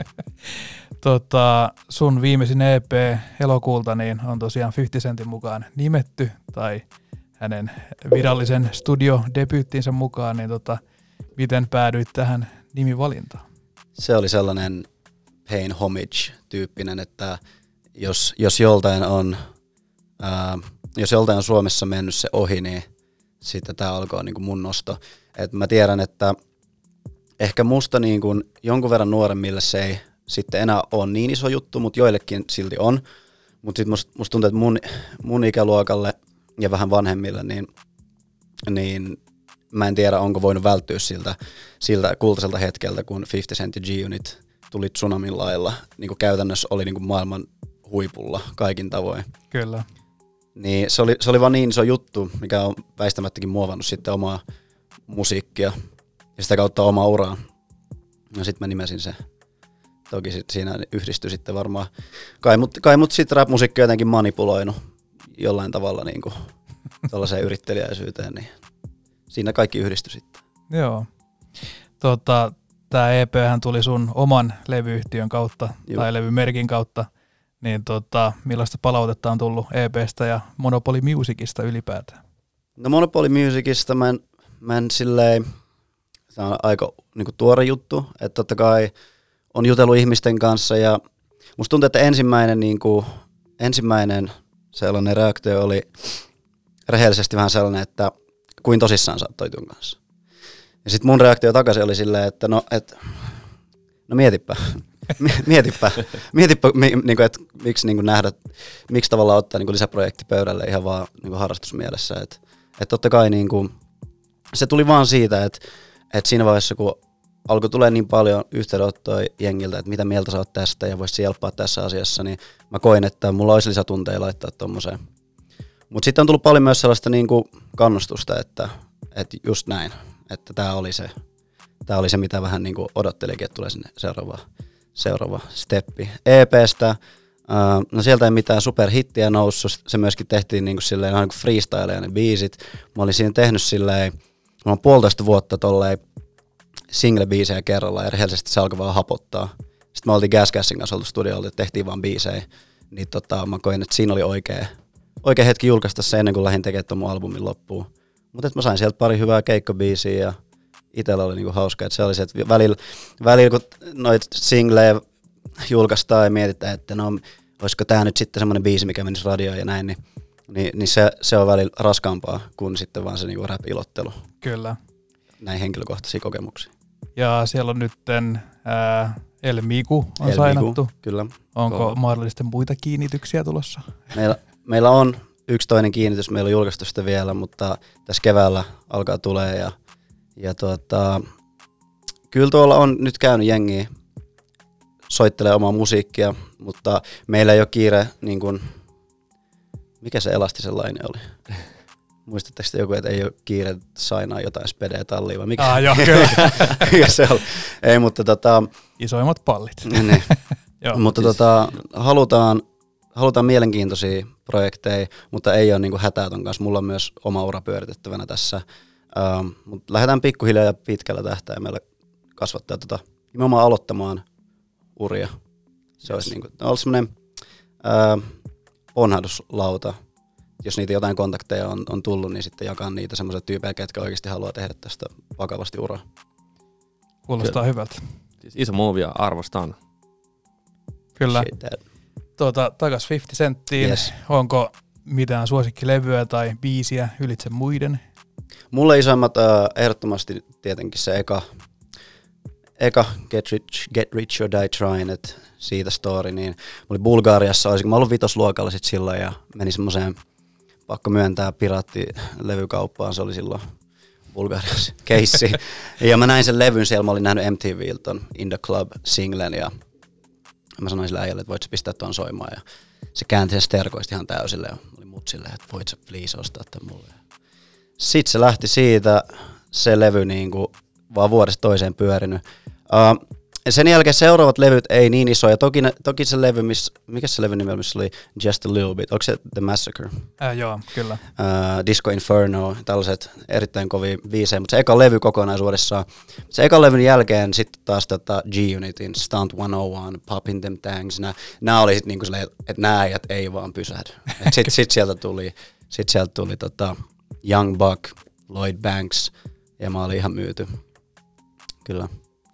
Tota, sun viimeisin E P elokuulta niin on tosiaan viisikymmentä Centin mukaan nimetty, tai hänen virallisen studiodebyyttinsä mukaan, niin tota, miten päädyit tähän nimivalintaan?
Se oli sellainen paying homage-tyyppinen, että jos, jos joltain on ää, jos joltain on Suomessa mennyt se ohi, niin sitten tämä alkoi niin kuin mun nosto. Et mä tiedän, että ehkä musta niin kuin jonkun verran nuoremmille se ei sitten enää ole niin iso juttu, mutta joillekin silti on. Mutta sitten musta, musta tuntuu, että mun, mun ikäluokalle ja vähän vanhemmille, niin, niin mä en tiedä, onko voinut välttyä siltä, siltä kultaiselta hetkeltä, kun viisikymmentä Cent ja G-Unit tuli tsunamin lailla. Niin kuin käytännössä oli niin kuin maailman huipulla kaikin tavoin.
Kyllä.
Niin se oli, se oli vaan niin iso juttu, mikä on väistämättäkin muovannut sitten omaa musiikkia ja sitä kautta omaa uraa. No sit mä nimesin se. Toki sit siinä yhdistyi sitten varmaan. Kai mut, kai mut sit rap-musiikki on jotenkin manipuloinut jollain tavalla niinku tollaiseen yrittelijäisyyteen, niin siinä kaikki yhdistyi sitten.
Joo. Tota, tää E P:hän tuli sun oman levyyhtiön kautta,
Joo.
tai levymerkin kautta. Niin tota, millaista palautetta on tullut E P:stä ja Monopoly Musicista ylipäätään?
No Monopoly Musicista mä en, mä en silleen, se on aika niinku tuore juttu, että totta kai on jutellut ihmisten kanssa ja musta tuntuu, että ensimmäinen, niinku, ensimmäinen sellainen reaktio oli rehellisesti vähän sellainen, että kuin tosissaan sä oot toi tuon kanssa. Ja sit mun reaktio takaisin oli silleen, että no, et, No mietipä. mietipä. mietipä, mi, niinku, että miksi niinku nähdä, miksi tavallaan ottaa niinku lisäprojekti pöydälle ihan vaan niinku harrastusmielessä. Että et totta kai niinku, se tuli vaan siitä, että et siinä vaiheessa kun alkoi tulee niin paljon yhteydenottoja jengiltä, että mitä mieltä sä oot tästä ja voisit helppoa tässä asiassa, niin mä koin, että mulla olisi lisätunteja laittaa tommoseen. Mutta sitten on tullut paljon myös sellaista niinku kannustusta, että, että just näin, että tää oli se, tää oli se mitä vähän niinku odottelikin, että tulee sinne seuraava, seuraava steppi. E P:stä, uh, no sieltä ei mitään superhittiä noussut, se myöskin tehtiin niinku silleen ihan kuin freestyleja ne biisit. Mä olin siinä tehnyt silleen, mä oon puolitoista vuotta tolleen single-biisejä kerrallaan ja rehellisesti se alkoi vaan hapottaa. Sitten me oltiin Gas Gasin kanssa oltu studiolla, että tehtiin vaan biisejä, niin tota, mä koin, että siinä oli oikea, oikea hetki julkaista se ennen kuin lähdin tekemään ton mun albumin loppuun. Mutta mä sain sieltä pari hyvää keikkabiisiä ja itsellä oli niinku hauska, että se oli se, että välillä, välillä kun noit singleja julkaistaan ja mietitään, että no olisiko tää nyt sitten semmoinen biisi, mikä menisi radioon ja näin, niin, niin, niin se, se on välillä raskaampaa kuin sitten vaan se niinku rap-ilottelu.
Kyllä.
Näin henkilökohtaisia kokemuksia.
Ja siellä on nytten ää, El Migu on
El
sainattu.
Migu, kyllä.
Onko
Kova.
mahdollisesti muita kiinnityksiä tulossa?
Meillä, meillä on yksi toinen kiinnitys, meillä on julkaistu sitä vielä, mutta tässä keväällä alkaa tulee ja, ja tuota, kyllä tuolla on nyt käynyt jengiä soittelee omaa musiikkia, mutta meillä ei ole kiire, niin kuin, mikä se elastisen laine oli? Muistatteko te joku, että ei ole kiire sainaa jotain spedeä talliin vai mikä?
Ah, joo, kyllä.
mikä se oli? Ei, mutta tota...
Isoimmat pallit.
Niin.
Joo,
mutta
siis,
tota, halutaan, halutaan mielenkiintoisia projekteja, mutta ei ole niinku hätää ton kanssa. Mulla on myös oma ura pyöritettävänä tässä. Ähm, mutta lähdetään pikkuhiljaa ja pitkällä tähtäimellä kasvattaa tota, nimenomaan aloittamaan uria. Se olisi niinku, olisi semmoinen äh, onhahduslauta. Jos niitä jotain kontakteja on, on tullut, niin sitten jakaa niitä semmoisille tyypeille, ketkä oikeasti haluaa tehdä tästä vakavasti uraa.
kuulostaa
Kyllä.
hyvältä.
Siis iso move ja arvostan.
Kyllä.
Shit, that.
Tuota, takas viisikymmentä senttiin.
Yes.
Onko mitään suosikkilevyä tai biisiä ylitse muiden?
Mulle isoimmat äh, ehdottomasti tietenkin se eka, eka Get Rich, Get Rich or Die Trying, että siitä story, niin mä olin Bulgariassa, olisin, mä olin vitosluokalla sit silloin ja meni semmoiseen, pakko myöntää, piraattilevykauppaan, se oli silloin Bulgariassa keissi. Ja mä näin sen levyn siellä, mä olin nähnyt M T V:ltä ton In the Club singlen ja mä sanoin sille äijälle, että voit sä pistää tuon soimaan ja se käänti sen sterkoista ihan täysille ja oli mut silleen, että voit sä please ostaa tän mulle. Sitten se lähti siitä, se levy niinku vaan vuodesta toiseen pyörinyt. Uh, sen jälkeen seuraavat levyt ei niin isoja. Toki, ne, toki se levy, miss, mikä se levy nimi missä oli Just a Little Bit, onko se The Massacre?
Äh, joo, kyllä.
Uh, Disco Inferno, tällaiset erittäin kovia biisejä, mutta se eka levy kokonaisuudessaan. Se eka levyn jälkeen sitten taas tota G-Unitin Stunt sata yksi, Poppin' Them Tangs, nämä oli sitten niinku silleen, että nämä äijät ei vaan pysähdy. Sitten sit sieltä tuli, sit sieltä tuli tota Young Buck, Lloyd Banks ja mä olin ihan myyty. Kyllä.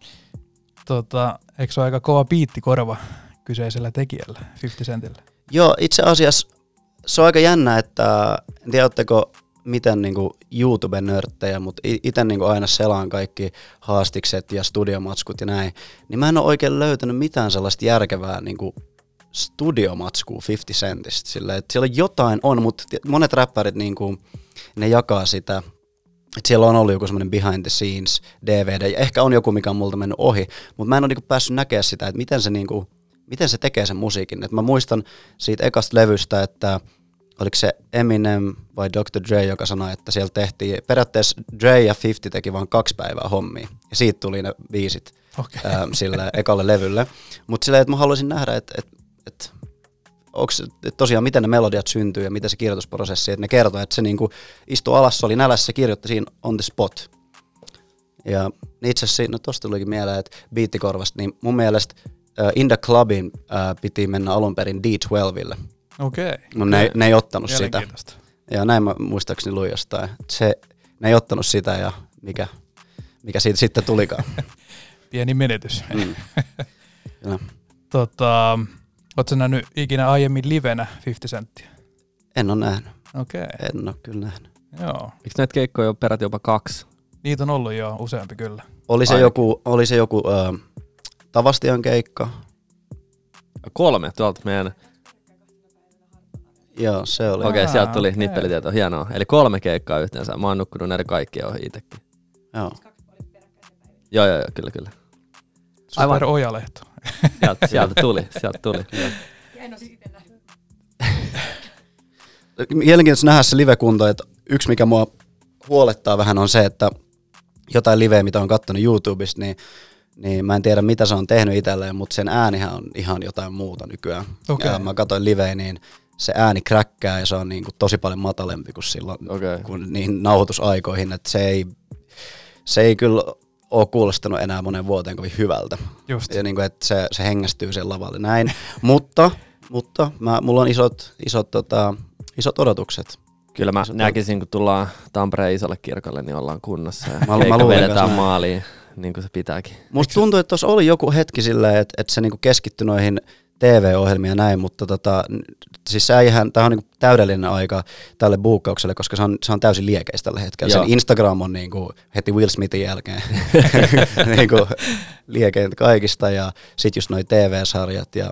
Tota, eikö se ole aika kova biittikorva kyseisellä tekijällä, viisikymmentä sentillä?
Joo, itse asiassa se on aika jännä, että en tiedä, ootteko miten niinku YouTube-nörttejä, mutta itse niinku aina selaan kaikki haastikset ja studiomatskut ja näin, niin mä en ole oikein löytänyt mitään sellaista järkevää niinku studiomatskua viisikymmentä Centistä. Sillä, että siellä jotain on, mutta monet räppärit niinku, ne jakaa sitä. Et siellä on ollut joku semmoinen behind the scenes D V D, ja ehkä on joku, mikä on multa mennyt ohi, mutta mä en ole niinku päässyt näkemään sitä, että miten se, niinku, miten se tekee sen musiikin. Et mä muistan siitä ekasta levystä, että oliko se Eminem vai doktor Dre, joka sanoi, että siellä tehtiin, periaatteessa Dre ja viisikymmentä teki vaan kaksi päivää hommia, ja siitä tuli ne biisit
Okay.
ää, sille ekalle levylle. Mutta silleen, että mä haluaisin nähdä, että et, et, onks, et tosiaan miten ne melodiat syntyy ja miten se kirjoitusprosessi, että ne kertoo, että se niinku istui alas, se oli nälässä, se kirjoitti siinä on the spot. Ja itse asiassa, no tosta tulikin mieleen, että biittikorvasta, niin mun mielestä uh, In the Clubin uh, piti mennä alun perin D twelvelle.
Okei.
Okay. No ne, ne ei ottanut sitä. Ja näin mä muistaakseni luin jostain. Se, ne ei ottanut sitä ja mikä, mikä siitä sitten tulikaan.
Pieni menetys.
Mm.
tota, ootko nähnyt ikinä aiemmin livenä viisikymmentä senttiä?
En ole nähnyt.
Okei. Okay.
En ole kyllä nähnyt.
Joo.
Eikö näitä keikkoja ole peräti jopa kaksi?
Niitä on ollut jo useampi kyllä.
Oli se
Ainakin.
joku, oli se joku uh, Tavastian keikka.
Kolme tuolta meidän.
Joo, se oli.
Okei, okay, sieltä tuli
okei.
nippelitieto. Hienoa. Eli kolme keikkaa yhteensä. Mä oon nukkunut näiden kaikkien ohi itsekin.
Joo.
Joo, joo, joo, kyllä, kyllä. Aivan.
Super Ojalehto.
Sieltä, sieltä tuli, sieltä tuli.
Mielenkiintoista nähdä se livekunto, että yksi mikä mua huolettaa vähän on se, että jotain liveä, mitä on katsonut YouTubesta, niin, niin mä en tiedä mitä se on tehnyt itselleen, mutta sen äänihän on ihan jotain muuta nykyään.
Okay.
Ja mä katsoin liveä, niin se ääni kräkkää ja se on niin kuin tosi paljon matalempi kuin silloin
Okay.
kuin niihin nauhoitusaikoihin, että se ei, se ei kyllä ole kuulostanut enää monen vuoteen kovin hyvältä.
Just.
Ja niin kuin, että se, se hengästyy sen lavalle näin, mutta, mutta mä, mulla on isot, isot, tota, isot odotukset.
Kyllä mä
Se
näkisin, kun tullaan Tampereen isolle kirkolle, niin ollaan kunnossa. Ja
Mä- mä
keikka
luulen
vedetään
kanssa näin.
maaliin, niin kuin se pitääkin.
Musta tuntuu, että tuossa oli joku hetki silleen, että, että se niinku keskittyi noihin T V-ohjelmiin ja näin, mutta tota, siis se äijähän, tämä on niinku täydellinen aika tälle buukkaukselle, koska se on, se on täysin liekeistä tällä hetkellä.
Joo.
Sen Instagram on niinku heti Will Smithin jälkeen niinku liekeintä kaikista ja sit just noi T V-sarjat ja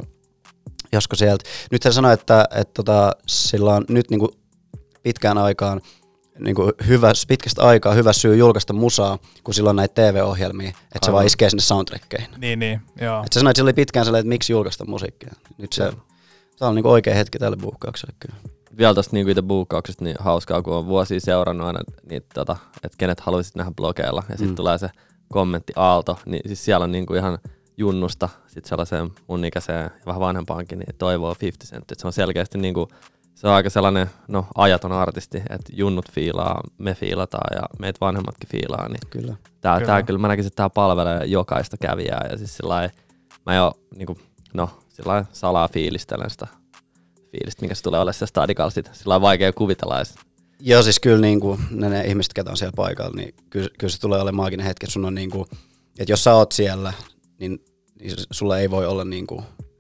josko sieltä. Nyt hän sanoi, että, että tota, sillä on nyt niinku pitkään aikaan niinku hyvä, pitkästä aikaa hyvä syy julkaista musaa, kun sillä on näitä T V-ohjelmia, että se
Aivan.
vaan iskee sinne soundtrackkeihin.
Niin, niin, joo.
Et se sanoi, että sillä oli pitkään sellainen, että miksi julkaista musiikkia. Nyt se, se on niinku oikea hetki tälle buukkaukselle kyllä.
Vielä tosta niinku itse buukkauksesta niin hauskaa, kun on vuosia seurannut aina niitä, tota, että kenet haluaisit nähdä blogeilla. Ja sitten
Mm.
tulee se kommentti Aalto, niin siis siellä on niinku ihan junnusta sit sellaiseen mun ikäiseen ja vähän vanhempaankin, niin toivoo fifty Cent. Et se on selkeästi niinku, se on aika sellainen no, ajaton artisti, että junnut fiilaa, me fiilataan ja meitä vanhemmatkin fiilaa. Niin
Kyllä.
tää,
Kyllä.
tää kyllä mä näkisin, että tää palvelee jokaista kävijää ja siis sillai, mä jo niinku, no sillai salaa fiilistelen sitä fiilistä, minkä se tulee olemaan sitä stadikalla sit. Sillä on vaikea kuvitella edes.
Joo, siis kyllä niinku, ne, ne ihmiset, ketä on siellä paikalla, niin kyllä, kyllä se tulee olemaan maaginen hetki, että sun on niinku, että jos sä oot siellä, niin, niin sulla ei voi olla niinku,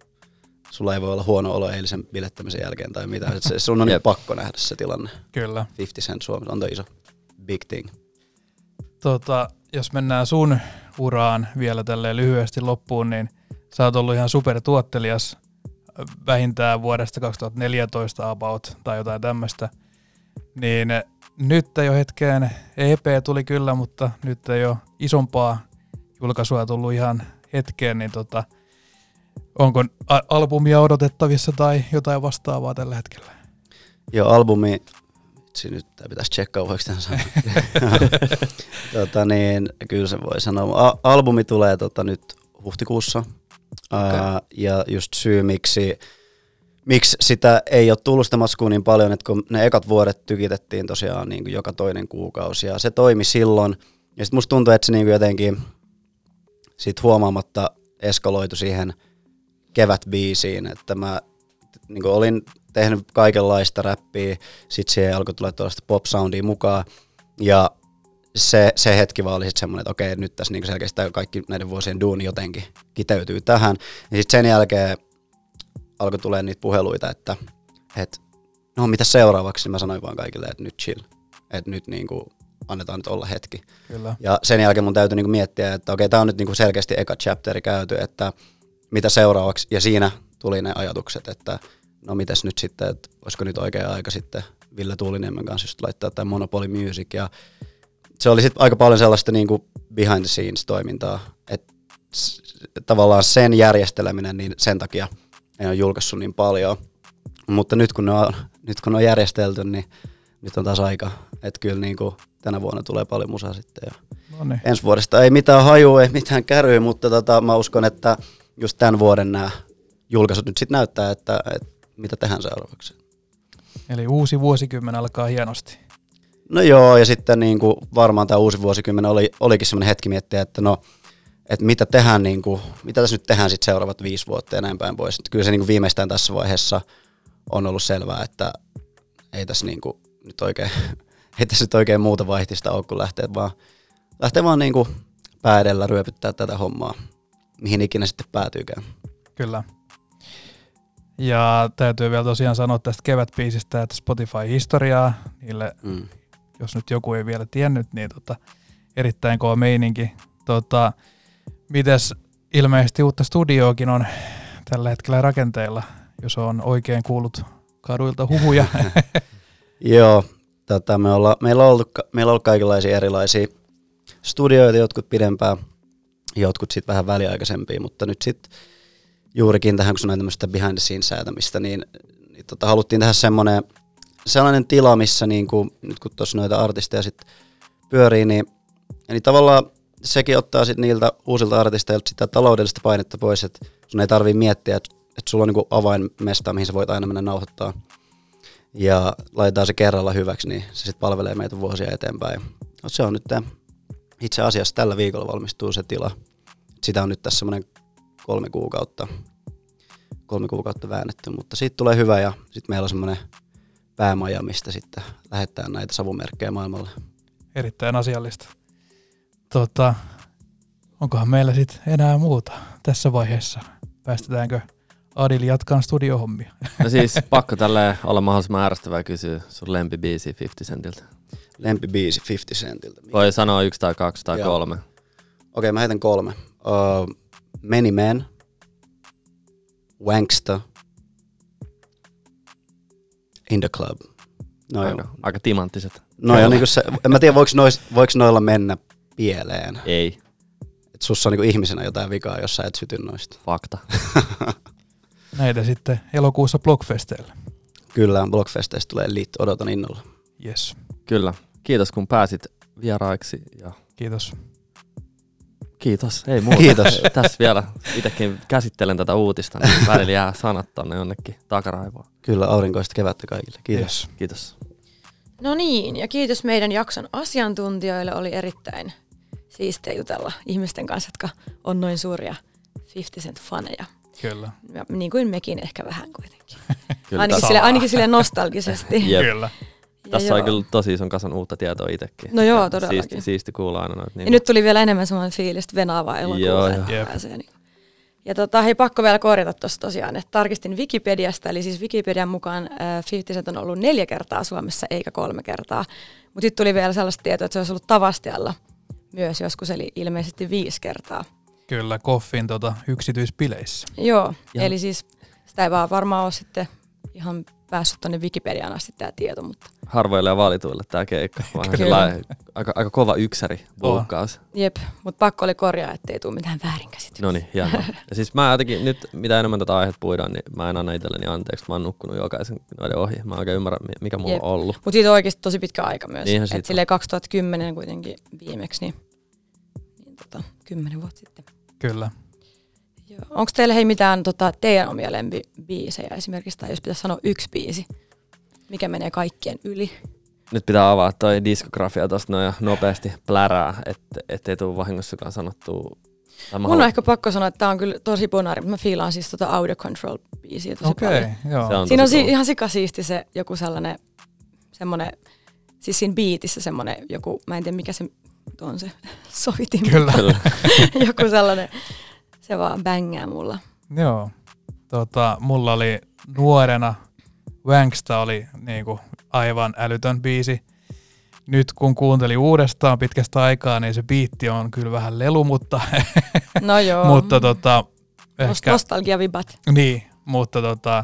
sulla ei voi olla huono olo eilisen bilettämisen jälkeen tai mitään. Se, sun on
Jep.
niin pakko nähdä se tilanne.
Kyllä.
fifty Cent Suomessa on toi iso big thing.
Tota, jos mennään sun uraan vielä tälleen lyhyesti loppuun, niin sä oot ollut ihan supertuottelias vähintään vuodesta kaksituhattaneljätoista about tai jotain tämmöistä. Niin nyt ei ole hetkeen, E P tuli kyllä, mutta nyt ei ole isompaa julkaisua tullut ihan hetkeen, niin tota, onko a- albumia odotettavissa tai jotain vastaavaa tällä hetkellä?
Joo, albumi, vitsi nyt tää pitäisi tsekkaa voiko tämän sanoa. tota, niin, kyllä se voi sanoa. A- albumi tulee tota, nyt huhtikuussa.
Okay.
Ää, ja just syy, miksi, miksi sitä ei ole tullut sitä matskua niin paljon, että kun ne ekat vuodet tykitettiin tosiaan niin kuin joka toinen kuukausi ja se toimi silloin. Ja sitten musta tuntuu, että se niin kuin jotenkin sit huomaamatta eskaloitu siihen kevätbiisiin, että mä niin kuin olin tehnyt kaikenlaista räppiä, sit siihen alkoi tulla tuollaista pop-soundia mukaan ja se, se hetki vaan oli sitten semmoinen, että okei, nyt tässä niin selkeästi kaikki näiden vuosien duuni jotenkin kiteytyy tähän. Ja sitten sen jälkeen alkoi tulee niitä puheluita, että, että no mitä seuraavaksi, mä sanoin vaan kaikille, että nyt chill, että nyt niin kuin annetaan nyt olla hetki.
Kyllä.
Ja sen jälkeen mun täytyy niin kuin miettiä, että okei, tää on nyt niin kuin selkeästi eka chapteri käyty, että mitä seuraavaksi, ja siinä tuli ne ajatukset, että no mitäs nyt sitten, että olisiko nyt oikea aika sitten Ville Tuuliniemen kanssa just laittaa tämä Monopoly Music, ja se oli sitten aika paljon sellaista niinku behind the scenes toimintaa, että s- tavallaan sen järjesteleminen, niin sen takia en ole julkaissut niin paljon, mutta nyt kun ne on, nyt kun ne on järjestelty, niin nyt on taas aika, että kyllä niinku tänä vuonna tulee paljon musaa sitten, ja
No niin.
ensi vuodesta ei mitään hajua, ei mitään käryä, mutta tota, mä uskon, että just tämän vuoden nämä julkaisut nyt sitten näyttää, että, että mitä tehdään seuraavaksi.
Eli uusi vuosikymmen alkaa hienosti.
No joo, ja sitten niin kuin varmaan tämä uusi vuosikymmen oli, olikin semmoinen hetki miettiä, että no, että mitä tehdään, niin kuin, mitä tässä nyt tehdään sitten seuraavat viisi vuotta ja näin päin pois. Että kyllä se niin kuin viimeistään tässä vaiheessa on ollut selvää, että ei tässä niin kuin nyt oikein, ei tässä nyt oikein muuta vaihtista ole, kun lähtee vaan, lähtee vaan niin kuin pää edellä ryöpyttää tätä hommaa, mihin ikinä sitten päätyykään.
Kyllä. Ja täytyy vielä tosiaan sanoa tästä kevätbiisistä, että Spotify-historiaa, niille,
Mm.
jos nyt joku ei vielä tiennyt, niin tota, erittäin kova meininki. Tota, mites ilmeisesti uutta studioakin on tällä hetkellä rakenteilla, jos on oikein kuullut kaduilta huhuja.
Joo, tota, me olla, meillä, on ollut, meillä on ollut kaikenlaisia erilaisia studioita, jotkut pidempään, jotkut sitten vähän väliaikaisempia, mutta nyt sitten juurikin tähän, kun sanoin tämmöistä behind the scenes säätämistä, niin, niin tota, haluttiin tehdä semmoinen, sellainen tila, missä niin kuin, nyt kun tuossa noita artisteja sitten pyörii, niin, niin tavallaan sekin ottaa sitten niiltä uusilta artisteilta sitä taloudellista painetta pois, että sun ei tarvitse miettiä, että, että sulla on niin kuin avainmesta, mihin sä voit aina mennä nauhoittaa. Ja laitetaan se kerralla hyväksi, niin se sitten palvelee meitä vuosia eteenpäin. No, se on nyt tämä. Itse asiassa tällä viikolla valmistuu se tila. Sitä on nyt tässä semmoinen kolme kuukautta, kolme kuukautta väännetty, mutta siitä tulee hyvä ja sitten meillä on semmoinen päämaja, mistä sitten lähettää näitä savumerkkejä maailmalle.
Erittäin asiallista. Tota, onkohan meillä sitten enää muuta tässä vaiheessa? Päästetäänkö Adil jatkaa studiohommia?
No siis pakko tälleen olla mahdollisimman ärsyttävää kysyä sun lempibiisi fifty Centiltä.
Lempibiisi fifty Centiltä.
Voi sanoa yksi tai kaksi tai
Joo.
kolme.
Okei, okay, mä heitän kolme. Uh, Many Men, Wanksta, In the Club. No
aika,
joo.
aika timanttiset.
No joo, niin se, en mä tiedä, voiko, nois, voiko noilla mennä pieleen.
Ei.
Et sussa on niin ihmisenä jotain vikaa, jos sä et syty noista.
Fakta.
Näitä sitten elokuussa Blockfesteillä.
Kyllä, Blockfesteistä tulee lit, odotan innolla.
Yes.
Kyllä. Kiitos kun pääsit vieraiksi. Ja
Kiitos.
kiitos. Ei muuta.
Kiitos.
Tässä vielä itsekin käsittelen tätä uutista, niin välillä jää sanat tonne jonnekin takaraivoon.
Kyllä, aurinkoista kevättä kaikille. Kiitos.
Yes.
Kiitos.
No niin, ja kiitos meidän jakson asiantuntijoille. Oli erittäin siistiä jutella ihmisten kanssa, jotka on noin suuria fifty Cent-faneja.
Kyllä.
Ja niin kuin mekin ehkä vähän kuitenkin.
Kyllä
ainakin,
tässä,
sille, ainakin sille nostalgisesti.
Jep.
Kyllä.
Ja
tässä on
joo.
kyllä tosi ison kasan uutta tietoa itsekin.
No joo,
Ja
todellakin.
Siisti, siisti kuulla aina noita.
Ja
Niin
nyt tuli vielä enemmän saman fiilistä venaavaa
Joo,
elokuulla,
joo.
että
Jep.
pääsee. Niin. Ja tota, hei, pakko vielä korjata tuossa tosiaan, että tarkistin Wikipediasta, eli siis Wikipedian mukaan äh, fifty Cent on ollut neljä kertaa Suomessa, eikä kolme kertaa. Mutta sitten tuli vielä sellaista tietoa, että se olisi ollut Tavastialla myös joskus, eli ilmeisesti viisi kertaa.
Kyllä, Koffin tota, yksityispileissä.
Joo,
Ja-
eli siis sitä ei vaan varmaan ole sitten ihan päässyt tuonne Wikipediaan asti tämä tieto, mutta
harvoille ja valituille tämä keikka. Vähän
Kyllä.
sellainen aika, aika kova yksäri buukkaus.
jep, mutta pakko oli korjaa, ettei tule mitään väärinkäsityksiä.
No niin, hienoa. Ja siis mä jotenkin nyt, mitä enemmän tätä aihetta puidaan, niin mä en anna itselleni anteeksi. Mä oon nukkunut jokaisen noiden ohi. Mä en oikein ymmärrä, mikä mulla
Jep.
on ollut.
Mutta siitä on oikeasti tosi pitkä aika myös.
Niinhän
Että
siitä
silleen kaksituhattakymmenen kuitenkin viimeksi, niin, niin tota, kymmenen vuotta sitten.
Kyllä.
Onko teillä hei mitään tota, teidän omia lempibiisejä esimerkiksi, tai jos pitäisi sanoa yksi biisi, mikä menee kaikkien yli?
Nyt pitää avaa toi diskografia tosta noin ja nopeasti plärää, et, ettei tule vahingossakaan sanottua.
Mun on ehkä pakko sanoa, että tää on kyllä tosi bonaari, mutta mä fiilaan siis tota Audio Control-biisiä tosi
Okei,
paljon.
joo.
Se on
Siinä on
tosi
si-
kova.
ihan sikasiisti se joku sellainen, semmonen, siis siinä biitissä semmonen joku, mä en tiedä mikä se on se soitin.
Kyllä.
Kyllä.
Joku sellainen, se vaan bängää mulla.
Joo. Tota, mulla oli nuorena, Wanksta oli niinku aivan älytön biisi. Nyt kun kuuntelin uudestaan pitkästä aikaa, niin se biitti on kyllä vähän lelu, mutta,
No joo,
mutta tota,
Nost-
ehkä,
nostalgiavibat.
niin, mutta tota,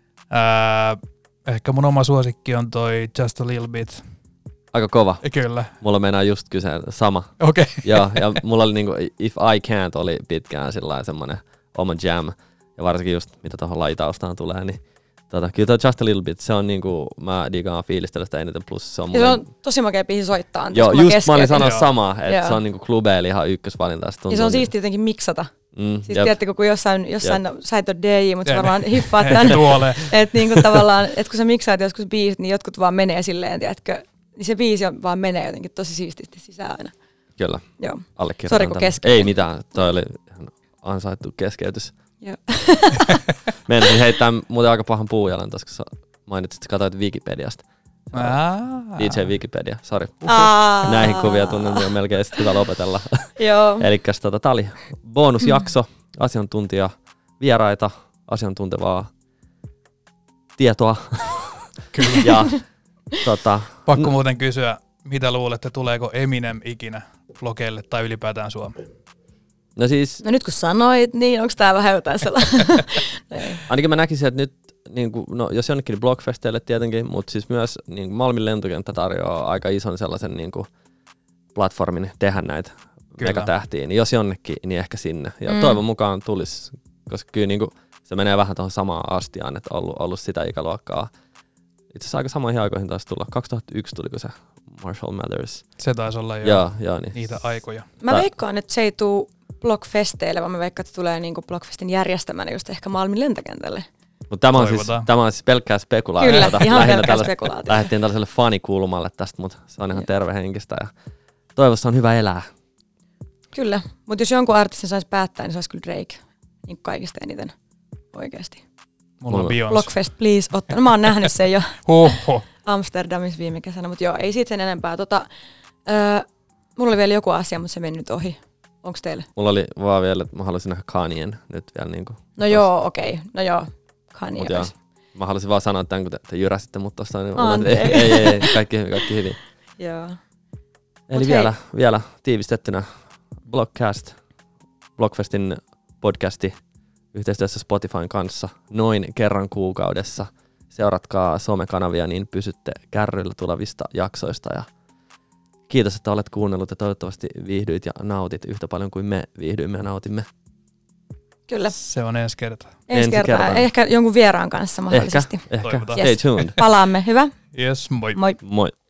ää, ehkä mun oma suosikki on toi Just a Little Bit.
Aika kova.
Kyllä,
Mulla meinaa just kyse sama.
okei. Okay.
Joo, ja mulla oli niinku If I Can't oli pitkään sillain semmonen oma jam. Ja varsinkin just mitä tuohon lajitaustaan tulee, niin tota, kyllä toi Just a Little Bit, se on niinku, mä digaan fiilistellä sitä eniten, plus se on
Ja
mulle...
se on tosi makea biisi soittaa. anteeksi,
Joo,
kun mä
just mä olin
keskeytin.
sanoa
Joo.
samaa, että
Joo.
se on niinku klubeilla ihan ykkösvalinta. Se
Ja
tuntuu
se on
niin-
siistiä jotenkin miksata.
Mm,
Siis
jep.
tiedättekö, kun jossain, jossain no, sä et ole D J, mutta sä
Jep.
varmaan hiffaat
Ehkä
tän.
tuolle.
Että niinku tavallaan, että kun sä miksaat joskus biisit, niin jotkut vaan menee silleen, tiedätkö, niin se biisi on, vaan menee jotenkin tosi siististi sisään aina.
Kyllä,
Joo.
allekirjoitan.
Sori, kun
tämän.
keskeytin.
Ei mitään, toi oli ihan ansaittu keskeytys.
Joo.
Meinasin heittää muuten aika pahan puujalan tuossa, kun sä mainitsit, että katsoit Wikipediasta.
Aa.
D J Wikipedia, sori.
Aa.
Näihin kuvia tunnelmia on melkein sit hyvä lopetella.
Joo.
Elikkäs tota, tää oli bonusjakso, asiantuntija, vieraita, asiantuntevaa tietoa.
Kyllä.
Ja tota,
Pakko muuten kysyä, mitä luulette, tuleeko Eminem ikinä blogeille tai ylipäätään Suomeen?
No siis...
No nyt kun sanoit, niin onko tää vähän jotain sellainen?
Ainakin mä näkisin, että nyt, niin kuin, no jos jonnekin, niin Blockfesteille tietenkin, mutta siis myös niin kuin Malmin lentokenttä tarjoaa aika ison sellaisen niin kuin platformin tehdä näitä
Kyllä.
megatähtiä, niin jos jonnekin, niin ehkä sinne. Ja
Mm.
toivon mukaan tulisi, koska kyllä niin kuin, se menee vähän tuohon samaan astiaan, että on ollut, ollut sitä ikäluokkaa. Itse asiassa aika samoihin aikoihin taisi tulla. kaksituhattayksi tuliko se Marshall Mathers.
Se taisi olla jo
Joo, joo, niin.
niitä aikoja.
Mä
Tää-
veikkaan, että se ei tule Blockfesteille, vaan mä veikkaan, että se tulee niinku Blockfestin järjestämänä just ehkä Malmin lentokentälle.
Mutta tämä on, siis,
Toivotaan.
tämä on siis pelkkää spekulaatiota.
Kyllä, ihan
Lähinnä
pelkkää
tällä-
spekulaatiota.
Lähdettiin tällaiselle fanikulmalle tästä, mutta se on ihan
Joo.
tervehenkistä ja toivossa on hyvä elää.
Kyllä, mutta jos jonkun artistin saisi päättää, niin se olisi kyllä Drake. Niin kaikista eniten oikeasti.
Mulla on
Mulla-
Beyoncé.
Blockfest, please, otta. No, mä oon nähnyt sen jo
Oho.
Amsterdamissa viime kesänä, mutta joo, ei siitä sen enempää. Tota, öö, mulla oli vielä joku asia, mutta se meni nyt ohi. Onko teille?
Mulla oli vaan vielä, että mä haluaisin nähdä Kanyen nyt vielä niinku.
No joo, okei. Okay. No joo, Kanye
Mut joo,
olisi.
mä haluaisin vaan sanoa tämän, kun te, te jyräsitte mut tossa. Niin
Anteeksi.
ei, ei, ei, ei, kaikki hyvin, kaikki hyvin.
Joo.
Eli
Mut
vielä, vielä tiivistettynä Blockcast, Blockfestin podcasti yhteistyössä Spotifyn kanssa noin kerran kuukaudessa. Seuratkaa somekanavia, niin pysytte kärryillä tulevista jaksoista. Ja kiitos, että olet kuunnellut ja toivottavasti viihdyit ja nautit yhtä paljon kuin me viihdyimme ja nautimme.
Kyllä.
Se on ensi kerta.
Ensi
Ensi
kertaa.
kertaa.
Ehkä jonkun vieraan kanssa
Ehkä,
mahdollisesti.
ehkä.
Toivotaan.
Stay
Yes.
tuned.
Palaamme. Hyvä?
Yes, moi.
Moi.
Moi.